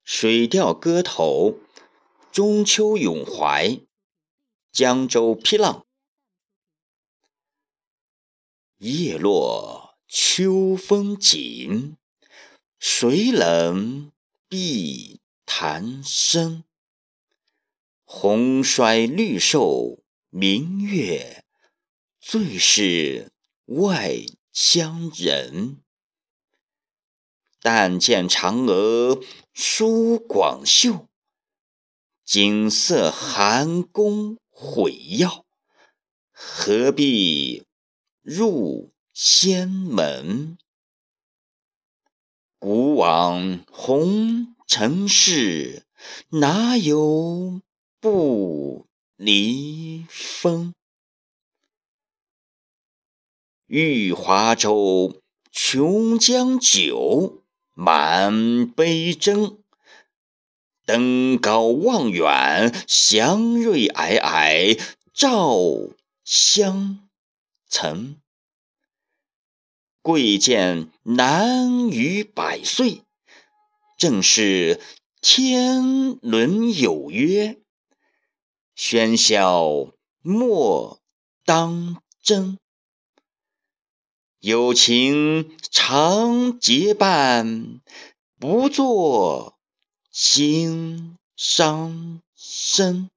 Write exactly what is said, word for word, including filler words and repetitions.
水调歌头，中秋咏怀，江州批浪。叶落秋风紧，水冷碧潭深。红衰绿瘦明月，最是外乡人。但见嫦娥出广袖，锦瑟寒宫毁曜，何必入仙门？古往红尘事，哪有不离分？玉华州琼浆酒，满杯斟。登高望远，祥瑞霭霭照相曾。贵贱难逾百岁，正是天伦有约，喧嚣莫当真。有情长结伴，不做心伤身。